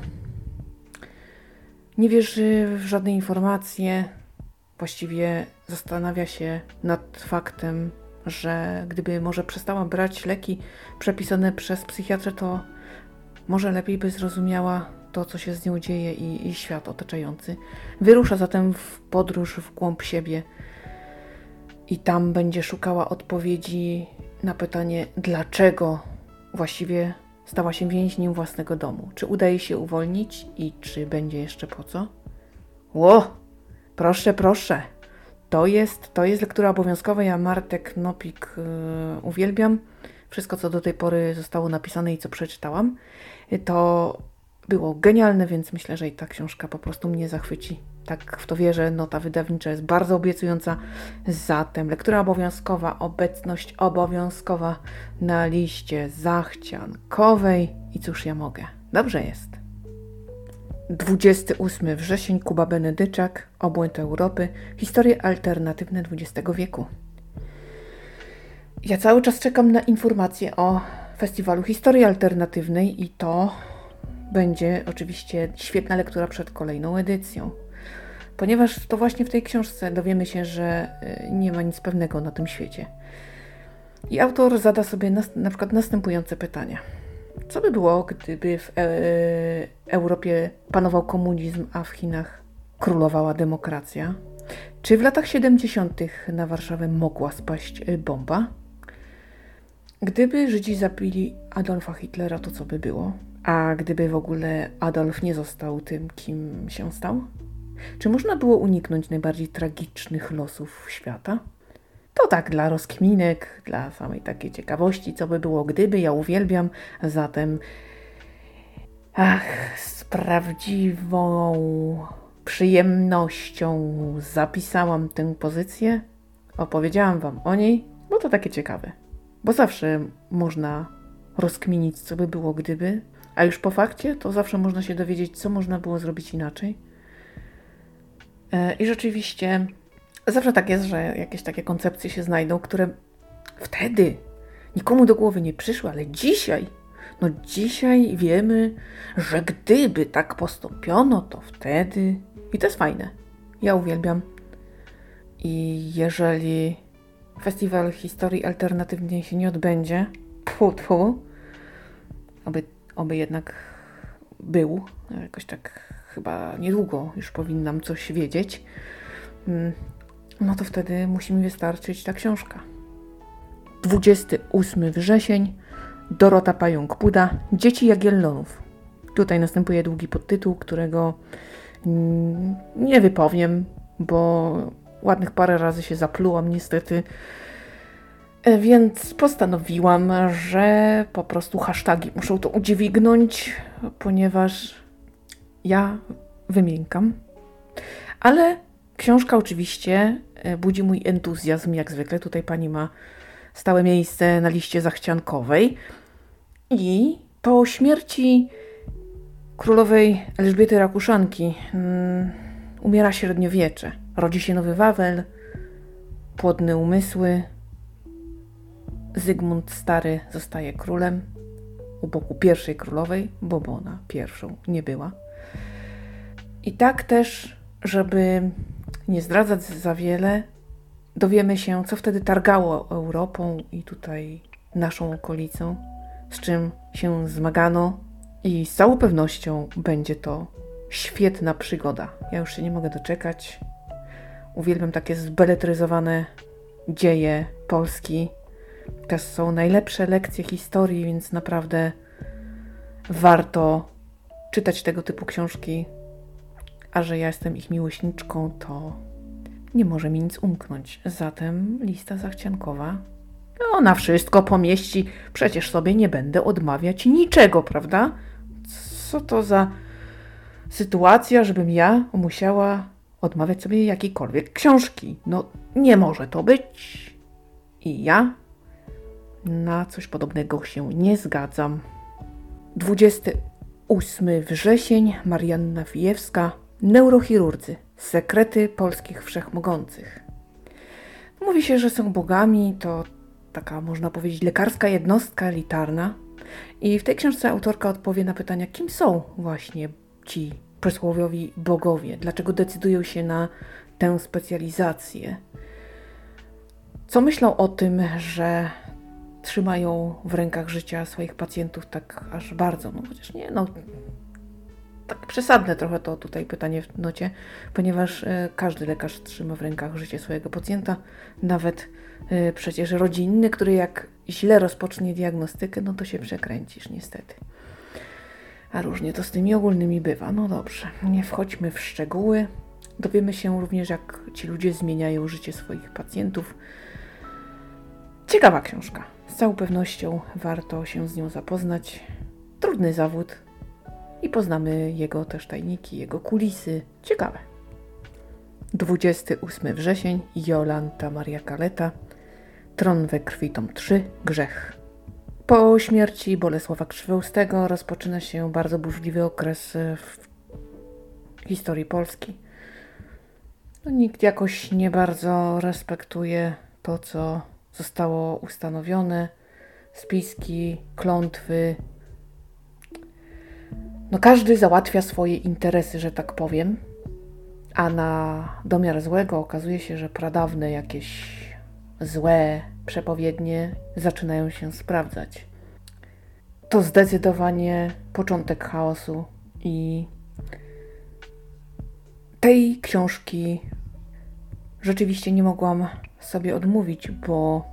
nie wierzy w żadne informacje. Właściwie zastanawia się nad faktem, że gdyby może przestała brać leki przepisane przez psychiatrę, to może lepiej by zrozumiała to, co się z nią dzieje i, i świat otaczający. Wyrusza zatem w podróż w głąb siebie i tam będzie szukała odpowiedzi na pytanie, dlaczego właściwie stała się więźniem własnego domu. Czy uda jej się uwolnić i czy będzie jeszcze po co? Ło! Proszę, proszę! To jest, to jest lektura obowiązkowa. Ja Martę Knopik yy, uwielbiam. wszystko co do tej pory zostało napisane i co przeczytałam, to było genialne, więc myślę, że i ta książka po prostu mnie zachwyci. Tak w to wierzę, nota wydawnicza jest bardzo obiecująca, zatem lektura obowiązkowa, obecność obowiązkowa na liście zachciankowej i cóż ja mogę, dobrze jest. dwudziestego ósmego września, Kuba Benedyczak, Obłęd Europy, historie alternatywne dwudziestego wieku. Ja cały czas czekam na informacje o Festiwalu Historii Alternatywnej i to będzie oczywiście świetna lektura przed kolejną edycją. Ponieważ to właśnie w tej książce dowiemy się, że nie ma nic pewnego na tym świecie. I autor zada sobie nas, na przykład następujące pytania. Co by było, gdyby w e- Europie panował komunizm, a w Chinach królowała demokracja? Czy w latach siedemdziesiątych na Warszawę mogła spaść bomba? Gdyby Żydzi zabili Adolfa Hitlera, to co by było? A gdyby w ogóle Adolf nie został tym, kim się stał? Czy można było uniknąć najbardziej tragicznych losów świata? To tak dla rozkminek, dla samej takiej ciekawości, co by było gdyby, ja uwielbiam. Zatem, ach, z prawdziwą przyjemnością zapisałam tę pozycję, opowiedziałam wam o niej, bo to takie ciekawe. Bo zawsze można rozkminić, co by było gdyby, a już po fakcie to zawsze można się dowiedzieć, co można było zrobić inaczej. I rzeczywiście zawsze tak jest, że jakieś takie koncepcje się znajdą, które wtedy nikomu do głowy nie przyszły, ale dzisiaj, no dzisiaj wiemy, że gdyby tak postąpiono, to wtedy... I to jest fajne. Ja uwielbiam. I jeżeli Festiwal Historii Alternatywnej się nie odbędzie, tfu, tfu, oby, oby jednak był, jakoś tak chyba niedługo już powinnam coś wiedzieć, no to wtedy musi mi wystarczyć ta książka. dwudziestego ósmego września, Dorota Pająk-Buda, Dzieci Jagiellonów. Tutaj następuje długi podtytuł, którego nie wypowiem, bo ładnych parę razy się zaplułam niestety, więc postanowiłam, że po prostu hasztagi muszą to udźwignąć, ponieważ ja wymiękam. Ale książka oczywiście budzi mój entuzjazm, jak zwykle. Tutaj pani ma stałe miejsce na liście zachciankowej. I po śmierci królowej Elżbiety Rakuszanki um, umiera średniowiecze. Rodzi się nowy Wawel, płodne umysły. Zygmunt Stary zostaje królem u boku pierwszej królowej, bo ona pierwszą nie była. I tak też, żeby nie zdradzać za wiele, dowiemy się, co wtedy targało Europą i tutaj naszą okolicą, z czym się zmagano i z całą pewnością będzie to świetna przygoda. Ja już się nie mogę doczekać. Uwielbiam takie zbeletryzowane dzieje Polski. To są najlepsze lekcje historii, więc naprawdę warto czytać tego typu książki. A że ja jestem ich miłośniczką, to nie może mi nic umknąć. Zatem lista zachciankowa, ona wszystko pomieści. Przecież sobie nie będę odmawiać niczego, prawda? Co to za sytuacja, żebym ja musiała odmawiać sobie jakiejkolwiek książki? No, nie może to być. I ja na coś podobnego się nie zgadzam. dwudziestego ósmego września, Marianna Fijewska, Neurochirurdzy. Sekrety polskich wszechmogących. Mówi się, że są bogami, to taka, można powiedzieć, lekarska jednostka elitarna. I w tej książce autorka odpowie na pytania, kim są właśnie ci przysłowiowi bogowie, dlaczego decydują się na tę specjalizację. Co myślą o tym, że trzymają w rękach życia swoich pacjentów tak aż bardzo, no chociaż nie, no tak przesadne trochę to tutaj pytanie w nocie, ponieważ y, każdy lekarz trzyma w rękach życie swojego pacjenta, nawet y, przecież rodzinny, który jak źle rozpocznie diagnostykę, no to się przekręcisz niestety. A różnie to z tymi ogólnymi bywa. No dobrze, nie wchodźmy w szczegóły. Dowiemy się również, jak ci ludzie zmieniają życie swoich pacjentów. Ciekawa książka. Z całą pewnością warto się z nią zapoznać. Trudny zawód i poznamy jego też tajniki, jego kulisy. Ciekawe. dwudziestego ósmego września, Jolanta Maria Kaleta, Tron we krwi, tom trzy, Grzech. Po śmierci Bolesława Krzywoustego rozpoczyna się bardzo burzliwy okres w historii Polski. No, nikt jakoś nie bardzo respektuje to, co zostało ustanowione, spiski, klątwy. No każdy załatwia swoje interesy, że tak powiem, a na domiar złego okazuje się, że pradawne jakieś złe przepowiednie zaczynają się sprawdzać. To zdecydowanie początek chaosu i tej książki rzeczywiście nie mogłam sobie odmówić, bo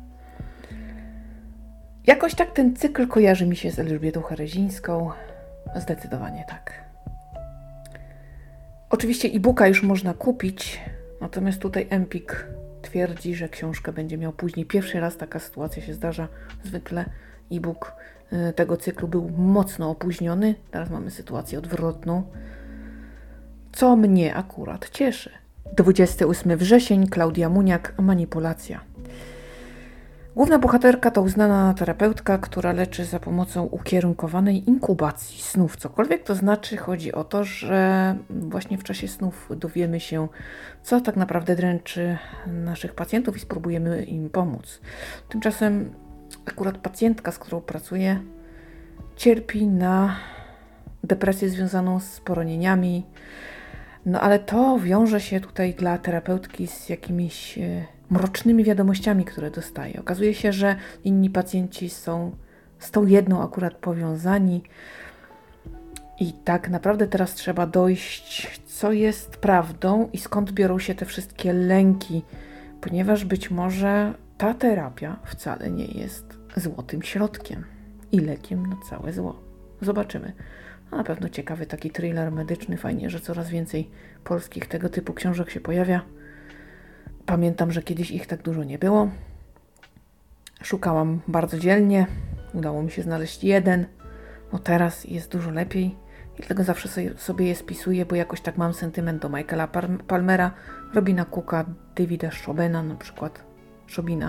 jakoś tak ten cykl kojarzy mi się z Elżbietą Herezińską. Zdecydowanie tak. Oczywiście e-booka już można kupić, natomiast tutaj Empik twierdzi, że książkę będzie miał później. Pierwszy raz taka sytuacja się zdarza. Zwykle e-book tego cyklu był mocno opóźniony. Teraz mamy sytuację odwrotną, co mnie akurat cieszy. dwudziestego ósmego września, Klaudia Muniak, Manipulacja. Główna bohaterka to uznana terapeutka, która leczy za pomocą ukierunkowanej inkubacji snów. Cokolwiek to znaczy, chodzi o to, że właśnie w czasie snów dowiemy się, co tak naprawdę dręczy naszych pacjentów i spróbujemy im pomóc. Tymczasem akurat pacjentka, z którą pracuję, cierpi na depresję związaną z poronieniami. No ale to wiąże się tutaj dla terapeutki z jakimiś mrocznymi wiadomościami, które dostaje. Okazuje się, że inni pacjenci są z tą jedną akurat powiązani i tak naprawdę teraz trzeba dojść, co jest prawdą i skąd biorą się te wszystkie lęki, ponieważ być może ta terapia wcale nie jest złotym środkiem i lekiem na całe zło. Zobaczymy. No, na pewno ciekawy taki thriller medyczny. Fajnie, że coraz więcej polskich tego typu książek się pojawia. Pamiętam, że kiedyś ich tak dużo nie było. Szukałam bardzo dzielnie. Udało mi się znaleźć jeden. No teraz jest dużo lepiej. I dlatego zawsze sobie je spisuję, bo jakoś tak mam sentyment do Michaela Palmera, Robina Cooka, Davida Shobena, na przykład Shobina.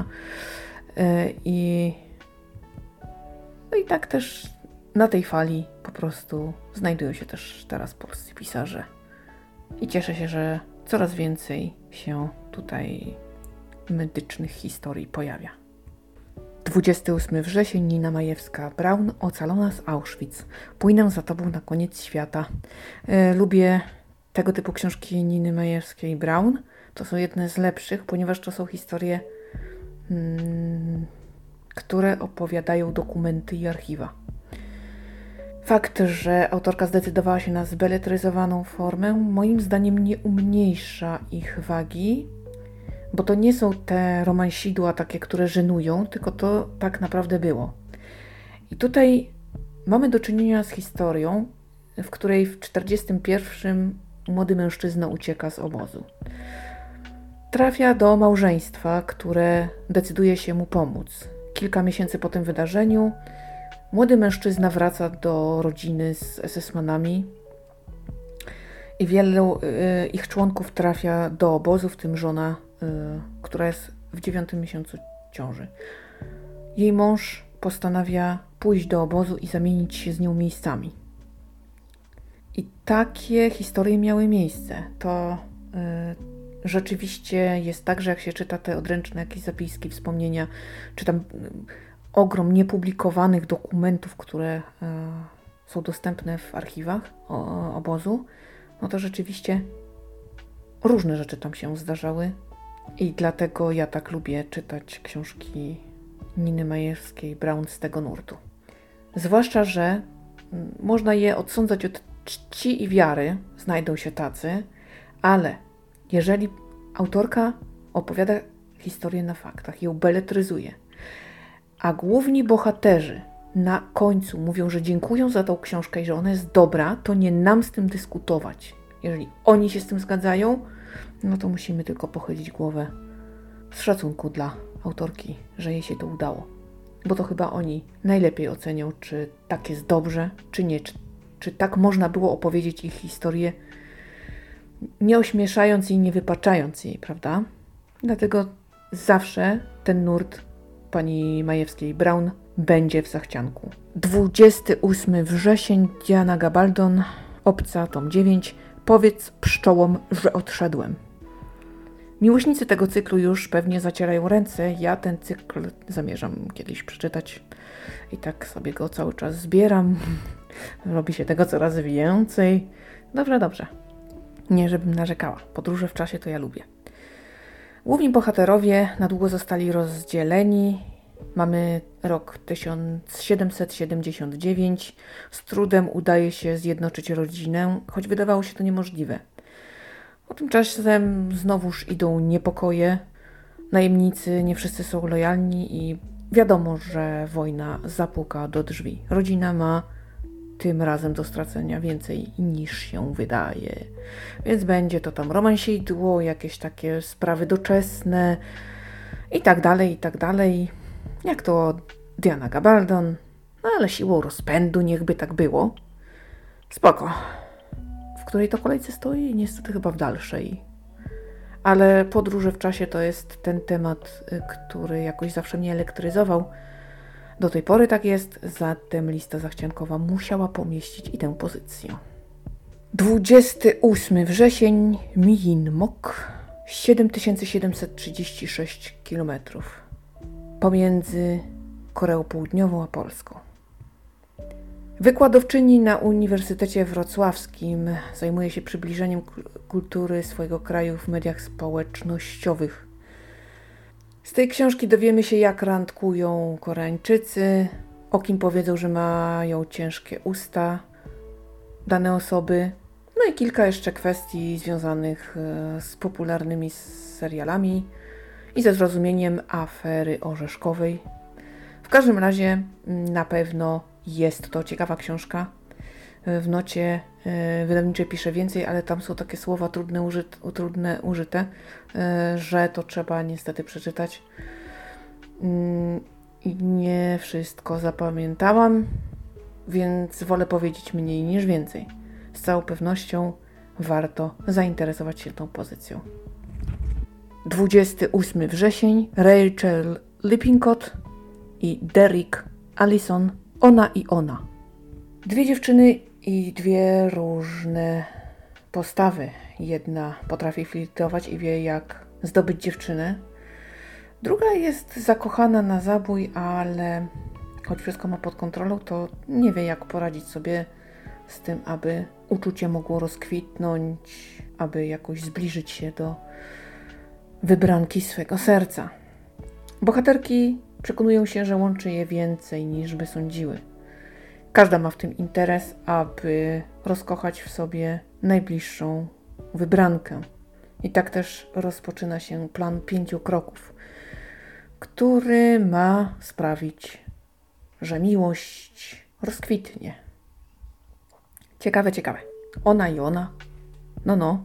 I no i tak też na tej fali po prostu znajdują się też teraz polscy pisarze. I cieszę się, że coraz więcej się tutaj medycznych historii pojawia. dwudziestego ósmego września, Nina Majewska-Braun, Ocalona z Auschwitz. Pójdę za tobą na koniec świata. E, lubię tego typu książki Niny Majewskiej-Braun. To są jedne z lepszych, ponieważ to są historie, hmm, które opowiadają dokumenty i archiwa. Fakt, że autorka zdecydowała się na zbeletryzowaną formę, moim zdaniem nie umniejsza ich wagi, bo to nie są te romansidła takie, które żenują, tylko to tak naprawdę było. I tutaj mamy do czynienia z historią, w której w czterdziestym pierwszym młody mężczyzna ucieka z obozu. Trafia do małżeństwa, które decyduje się mu pomóc. Kilka miesięcy po tym wydarzeniu młody mężczyzna wraca do rodziny z es es manami i wielu y, ich członków trafia do obozu, w tym żona, y, która jest w dziewiątym miesiącu ciąży. Jej mąż postanawia pójść do obozu i zamienić się z nią miejscami. I takie historie miały miejsce. To y, rzeczywiście jest tak, że jak się czyta te odręczne jakieś zapiski, wspomnienia, czy tam y, ogrom niepublikowanych dokumentów, które y, są dostępne w archiwach o, obozu, no to rzeczywiście różne rzeczy tam się zdarzały i dlatego ja tak lubię czytać książki Niny Majewskiej-Braun z tego nurtu. Zwłaszcza, że można je odsądzać od czci i wiary, znajdą się tacy, ale jeżeli autorka opowiada historię na faktach, ją beletryzuje, a główni bohaterzy na końcu mówią, że dziękują za tą książkę i że ona jest dobra, to nie nam z tym dyskutować. Jeżeli oni się z tym zgadzają, no to musimy tylko pochylić głowę z szacunku dla autorki, że jej się to udało. Bo to chyba oni najlepiej ocenią, czy tak jest dobrze, czy nie. Czy, czy tak można było opowiedzieć ich historię, nie ośmieszając i nie wypaczając jej, prawda? Dlatego zawsze ten nurt pani Majewskiej-Braun będzie w zachcianku. dwudziestego ósmego wrzesień, Diana Gabaldon, Obca, tom dziewięć. Powiedz pszczołom, że odszedłem. Miłośnicy tego cyklu już pewnie zacierają ręce. Ja ten cykl zamierzam kiedyś przeczytać i tak sobie go cały czas zbieram. Robi się tego coraz więcej. Dobrze, dobrze. Nie, żebym narzekała. Podróże w czasie to ja lubię. Główni bohaterowie na długo zostali rozdzieleni. Mamy rok tysiąc siedemset siedemdziesiąt dziewięć. Z trudem udaje się zjednoczyć rodzinę, choć wydawało się to niemożliwe. Po tymczasem znowuż idą niepokoje. Najemnicy nie wszyscy są lojalni i wiadomo, że wojna zapuka do drzwi. Rodzina ma tym razem do stracenia więcej niż się wydaje. Więc będzie to tam romansidło, jakieś takie sprawy doczesne i tak dalej, i tak dalej. Jak to Diana Gabaldon, no ale siłą rozpędu niechby tak było. Spoko. W której to kolejce stoi? Niestety chyba w dalszej. Ale podróże w czasie to jest ten temat, który jakoś zawsze mnie elektryzował. Do tej pory tak jest, zatem lista zachciankowa musiała pomieścić i tę pozycję. dwudziestego ósmego wrzesień, Mijin Mok, siedem tysięcy siedemset trzydzieści sześć kilometrów pomiędzy Koreą Południową a Polską. Wykładowczyni na Uniwersytecie Wrocławskim zajmuje się przybliżeniem kultury swojego kraju w mediach społecznościowych. Z tej książki dowiemy się, jak randkują Koreańczycy, o kim powiedzą, że mają ciężkie usta dane osoby, no i kilka jeszcze kwestii związanych z popularnymi serialami i ze zrozumieniem afery orzeszkowej. W każdym razie na pewno jest to ciekawa książka. W nocie wydawniczej piszę więcej, ale tam są takie słowa trudne, użyte, trudne użyte, że to trzeba niestety przeczytać. I nie wszystko zapamiętałam, więc wolę powiedzieć mniej niż więcej. Z całą pewnością warto zainteresować się tą pozycją. dwudziestego ósmego wrzesień, Rachel Lippincott i Derek Allison, Ona i ona. Dwie dziewczyny i dwie różne postawy. Jedna potrafi flirtować i wie, jak zdobyć dziewczynę. Druga jest zakochana na zabój, ale choć wszystko ma pod kontrolą, to nie wie, jak poradzić sobie z tym, aby uczucie mogło rozkwitnąć, aby jakoś zbliżyć się do wybranki swego serca. Bohaterki przekonują się, że łączy je więcej niż by sądziły. Każda ma w tym interes, aby rozkochać w sobie najbliższą wybrankę. I tak też rozpoczyna się plan pięciu kroków, który ma sprawić, że miłość rozkwitnie. Ciekawe, ciekawe. Ona i ona. No, no.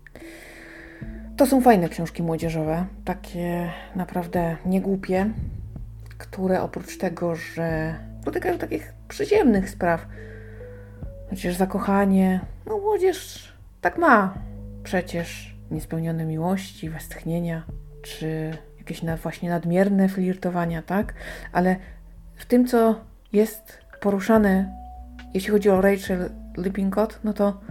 To są fajne książki młodzieżowe, takie naprawdę niegłupie, które oprócz tego, że dotykają takich przyziemnych spraw, przecież zakochanie, no młodzież tak ma, przecież niespełnione miłości, westchnienia, czy jakieś na, właśnie nadmierne flirtowania, tak? Ale w tym, co jest poruszane, jeśli chodzi o Rachel Lippincott, no to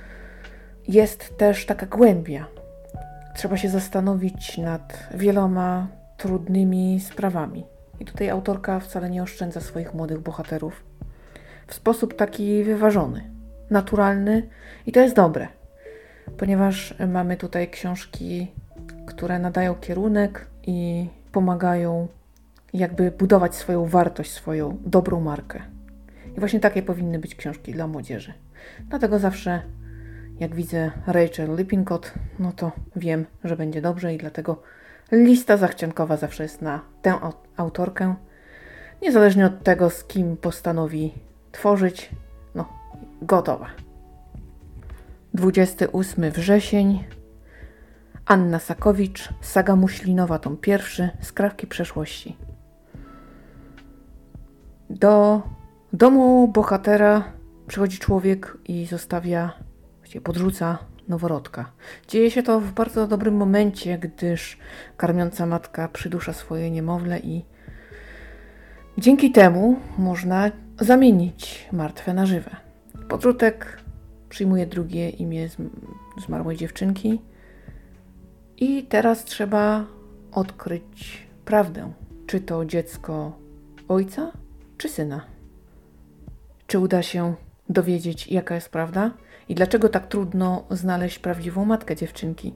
jest też taka głębia. Trzeba się zastanowić nad wieloma trudnymi sprawami. I tutaj autorka wcale nie oszczędza swoich młodych bohaterów. W sposób taki wyważony, naturalny i to jest dobre. Ponieważ mamy tutaj książki, które nadają kierunek i pomagają jakby budować swoją wartość, swoją dobrą markę. I właśnie takie powinny być książki dla młodzieży. Dlatego zawsze jak widzę Rachel Lippincott, no to wiem, że będzie dobrze i dlatego lista zachciankowa zawsze jest na tę autorkę. Niezależnie od tego, z kim postanowi tworzyć, no gotowa. dwudziestego ósmego wrzesień, Anna Sakowicz, Saga Muślinowa, tom pierwszy, Skrawki przeszłości. Do domu bohatera przychodzi człowiek i zostawia, właściwie podrzuca noworodka. Dzieje się to w bardzo dobrym momencie, gdyż karmiąca matka przydusza swoje niemowlę i dzięki temu można zamienić martwe na żywe. Podrzutek przyjmuje drugie imię zmarłej dziewczynki i teraz trzeba odkryć prawdę. Czy to dziecko ojca, czy syna? Czy uda się dowiedzieć, jaka jest prawda i dlaczego tak trudno znaleźć prawdziwą matkę dziewczynki?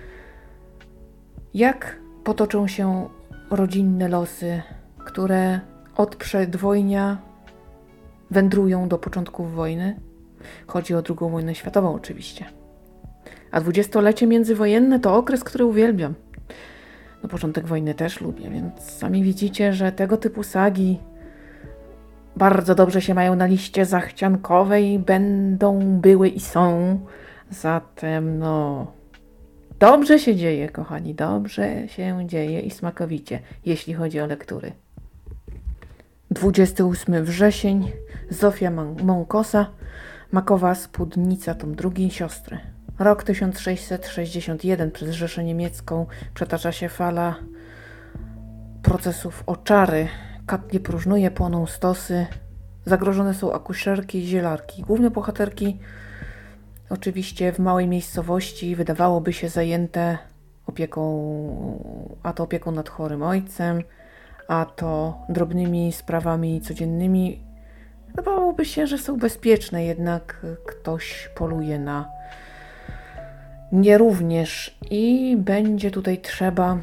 Jak potoczą się rodzinne losy, które od przedwojnia wędrują do początków wojny? Chodzi o drugą wojnę światową oczywiście. A dwudziestolecie międzywojenne to okres, który uwielbiam. No początek wojny też lubię, więc sami widzicie, że tego typu sagi bardzo dobrze się mają na liście zachciankowej, będą, były i są. Zatem no, dobrze się dzieje, kochani, dobrze się dzieje i smakowicie, jeśli chodzi o lektury. dwudziestego ósmego wrzesień, Zofia Mąkosa, Makowa Spódnica, tom drugi, Siostry. Rok tysiąc sześćset sześćdziesiąty pierwszy, przez Rzeszę Niemiecką przetacza się fala procesów o czary. Kat nie próżnuje, płoną stosy. Zagrożone są akuszerki i zielarki. Główne bohaterki oczywiście w małej miejscowości, wydawałoby się zajęte opieką, a to opieką nad chorym ojcem, a to drobnymi sprawami codziennymi. Wydawałoby się, że są bezpieczne, jednak ktoś poluje na nie również i będzie tutaj trzeba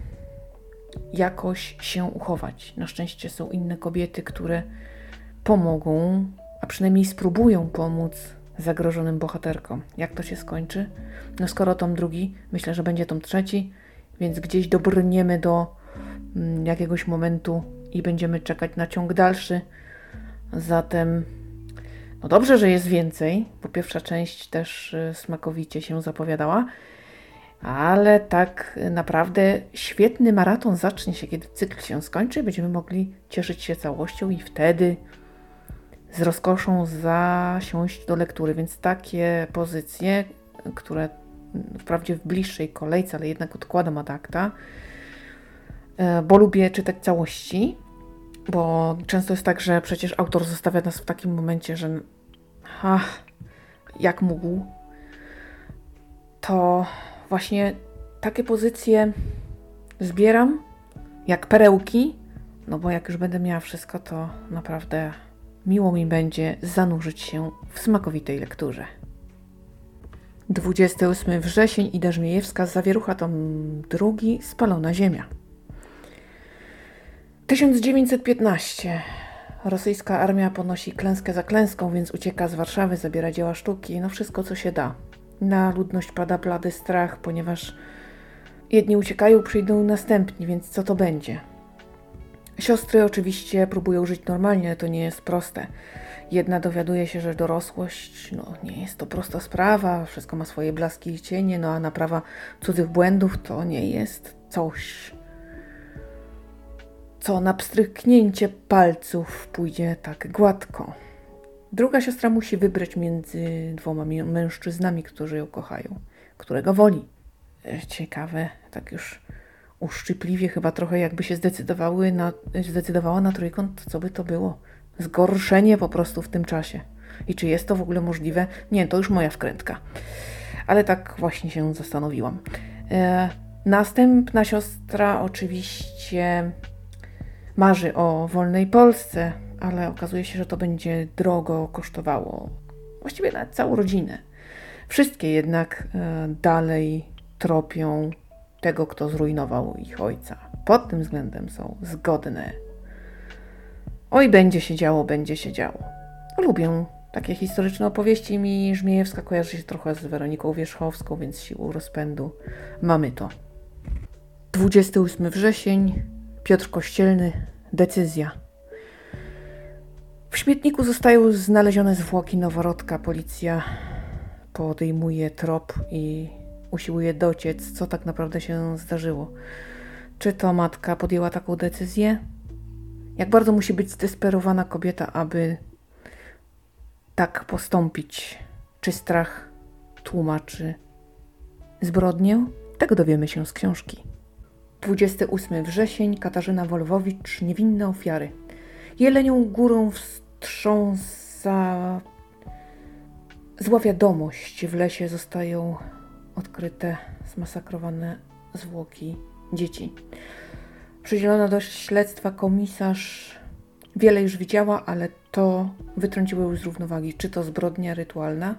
jakoś się uchować. Na szczęście są inne kobiety, które pomogą, a przynajmniej spróbują pomóc zagrożonym bohaterkom. Jak to się skończy? No skoro tom drugi, myślę, że będzie tom trzeci, więc gdzieś dobrniemy do mm, jakiegoś momentu i będziemy czekać na ciąg dalszy. Zatem no dobrze, że jest więcej, bo pierwsza część też y, smakowicie się zapowiadała, ale tak naprawdę świetny maraton zacznie się, kiedy cykl się skończy, będziemy mogli cieszyć się całością i wtedy z rozkoszą zasiąść do lektury, więc takie pozycje, które wprawdzie w bliższej kolejce, ale jednak odkładam ad acta, bo lubię czytać całości, bo często jest tak, że przecież autor zostawia nas w takim momencie, że ach, jak mógł, to właśnie takie pozycje zbieram jak perełki, no bo jak już będę miała wszystko, to naprawdę miło mi będzie zanurzyć się w smakowitej lekturze. dwudziestego ósmego wrzesień, Ida Żmijewska, Zawierucha, tom drugi, Spalona ziemia. tysiąc dziewięćset piętnaście. Rosyjska armia ponosi klęskę za klęską, więc ucieka z Warszawy, zabiera dzieła sztuki, no wszystko co się da. Na ludność pada blady strach, ponieważ jedni uciekają, przyjdą następni, więc co to będzie? Siostry oczywiście próbują żyć normalnie, ale to nie jest proste. Jedna dowiaduje się, że dorosłość no, nie jest to prosta sprawa, wszystko ma swoje blaski i cienie, no a naprawa cudzych błędów to nie jest coś, co na pstryknięcie palców pójdzie tak gładko. Druga siostra musi wybrać między dwoma mężczyznami, którzy ją kochają. Którego woli? Ciekawe, tak już uszczypliwie, chyba trochę jakby się zdecydowały na, zdecydowała na trójkąt, co by to było? Zgorszenie po prostu w tym czasie. I czy jest to w ogóle możliwe? Nie, to już moja wkrętka. Ale tak właśnie się zastanowiłam. E, następna siostra oczywiście marzy o wolnej Polsce, ale okazuje się, że to będzie drogo kosztowało właściwie nawet całą rodzinę. Wszystkie jednak e, dalej tropią tego, kto zrujnował ich ojca. Pod tym względem są zgodne. Oj, będzie się działo, będzie się działo. Lubię takie historyczne opowieści. Mi Żmijewska kojarzy się trochę z Weroniką Wierzchowską, więc siłą rozpędu mamy to. dwudziestego ósmego wrzesień, Piotr Kościelny, Decyzja. W śmietniku zostają znalezione zwłoki noworodka. Policja podejmuje trop i usiłuje dociec, co tak naprawdę się zdarzyło. Czy to matka podjęła taką decyzję? Jak bardzo musi być zdesperowana kobieta, aby tak postąpić? Czy strach tłumaczy zbrodnię? Tego dowiemy się z książki. dwudziestego ósmego wrzesień, Katarzyna Wolwowicz, Niewinne ofiary. Jelenią górą wstrząsa zła wiadomość. W lesie zostają odkryte zmasakrowane zwłoki dzieci. Przydzielona do śledztwa komisarz wiele już widziała, ale to wytrąciło ją z równowagi. Czy to zbrodnia rytualna?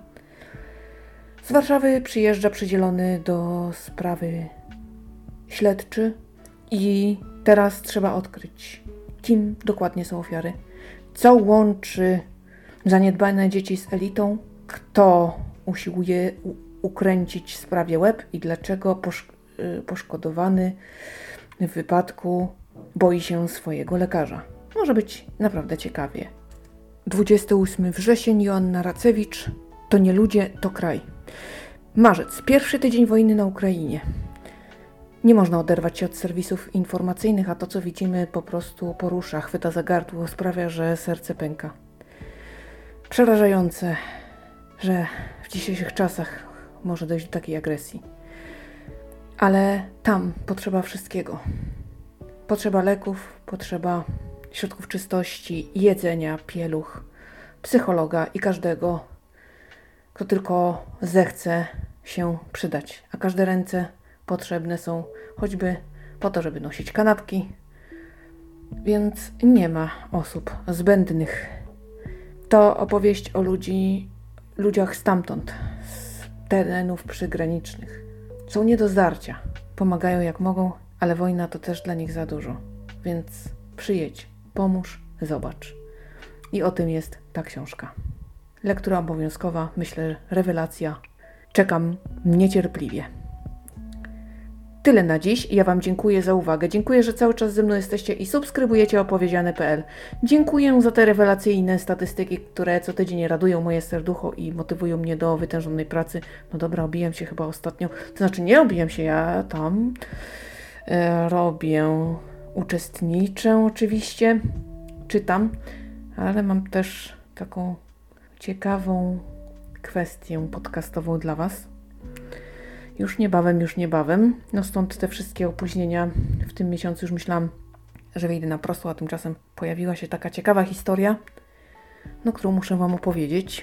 Z Warszawy przyjeżdża przydzielony do sprawy śledczy i teraz trzeba odkryć, kim dokładnie są ofiary, co łączy zaniedbane dzieci z elitą, kto usiłuje u- ukręcić sprawie łeb i dlaczego posz- poszkodowany w wypadku boi się swojego lekarza. Może być naprawdę ciekawie. dwudziestego ósmego wrzesień, Joanna Racewicz. To nie ludzie, to kraj. Marzec. Pierwszy tydzień wojny na Ukrainie. Nie można oderwać się od serwisów informacyjnych, a to, co widzimy, po prostu porusza, chwyta za gardło, sprawia, że serce pęka. Przerażające, że w dzisiejszych czasach może dojść do takiej agresji. Ale tam potrzeba wszystkiego. Potrzeba leków, potrzeba środków czystości, jedzenia, pieluch, psychologa i każdego, kto tylko zechce się przydać. A każde ręce potrzebne są choćby po to, żeby nosić kanapki. Więc nie ma osób zbędnych. To opowieść o ludzi, ludziach stamtąd, z terenów przygranicznych. Są nie do zdarcia. Pomagają jak mogą, ale wojna to też dla nich za dużo. Więc przyjedź, pomóż, zobacz. I o tym jest ta książka. Lektura obowiązkowa, myślę, rewelacja. Czekam niecierpliwie. Tyle na dziś. Ja Wam dziękuję za uwagę. Dziękuję, że cały czas ze mną jesteście i subskrybujecie opowiedziane kropka p l. Dziękuję za te rewelacyjne statystyki, które co tydzień radują moje serducho i motywują mnie do wytężonej pracy. No dobra, obiłem się chyba ostatnio. To znaczy nie obiłem się, ja tam e, robię, uczestniczę oczywiście, czytam, ale mam też taką ciekawą kwestię podcastową dla Was. Już niebawem, już niebawem. No stąd te wszystkie opóźnienia. W tym miesiącu już myślałam, że wyjdę na prosto, a tymczasem pojawiła się taka ciekawa historia, no którą muszę Wam opowiedzieć.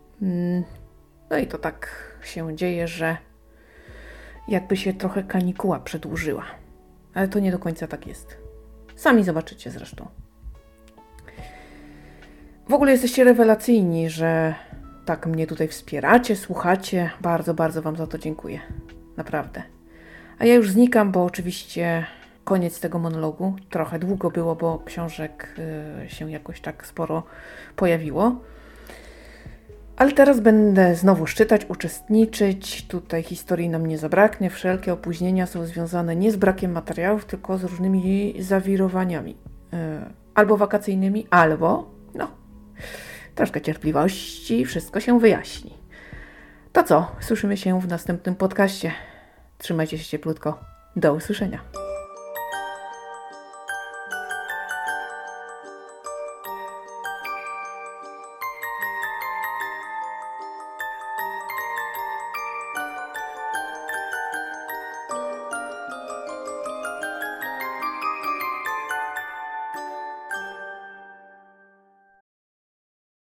No i to tak się dzieje, że jakby się trochę kanikuła przedłużyła. Ale to nie do końca tak jest. Sami zobaczycie zresztą. W ogóle jesteście rewelacyjni, że tak mnie tutaj wspieracie, słuchacie. Bardzo, bardzo Wam za to dziękuję. Naprawdę. A ja już znikam, bo oczywiście koniec tego monologu. Trochę długo było, bo książek y, się jakoś tak sporo pojawiło. Ale teraz będę znowu czytać, uczestniczyć. Tutaj historii nam nie zabraknie. Wszelkie opóźnienia są związane nie z brakiem materiałów, tylko z różnymi zawirowaniami. Yy, albo wakacyjnymi, albo no, troszkę cierpliwości, wszystko się wyjaśni. To co? Słyszymy się w następnym podcaście. Trzymajcie się cieplutko. Do usłyszenia.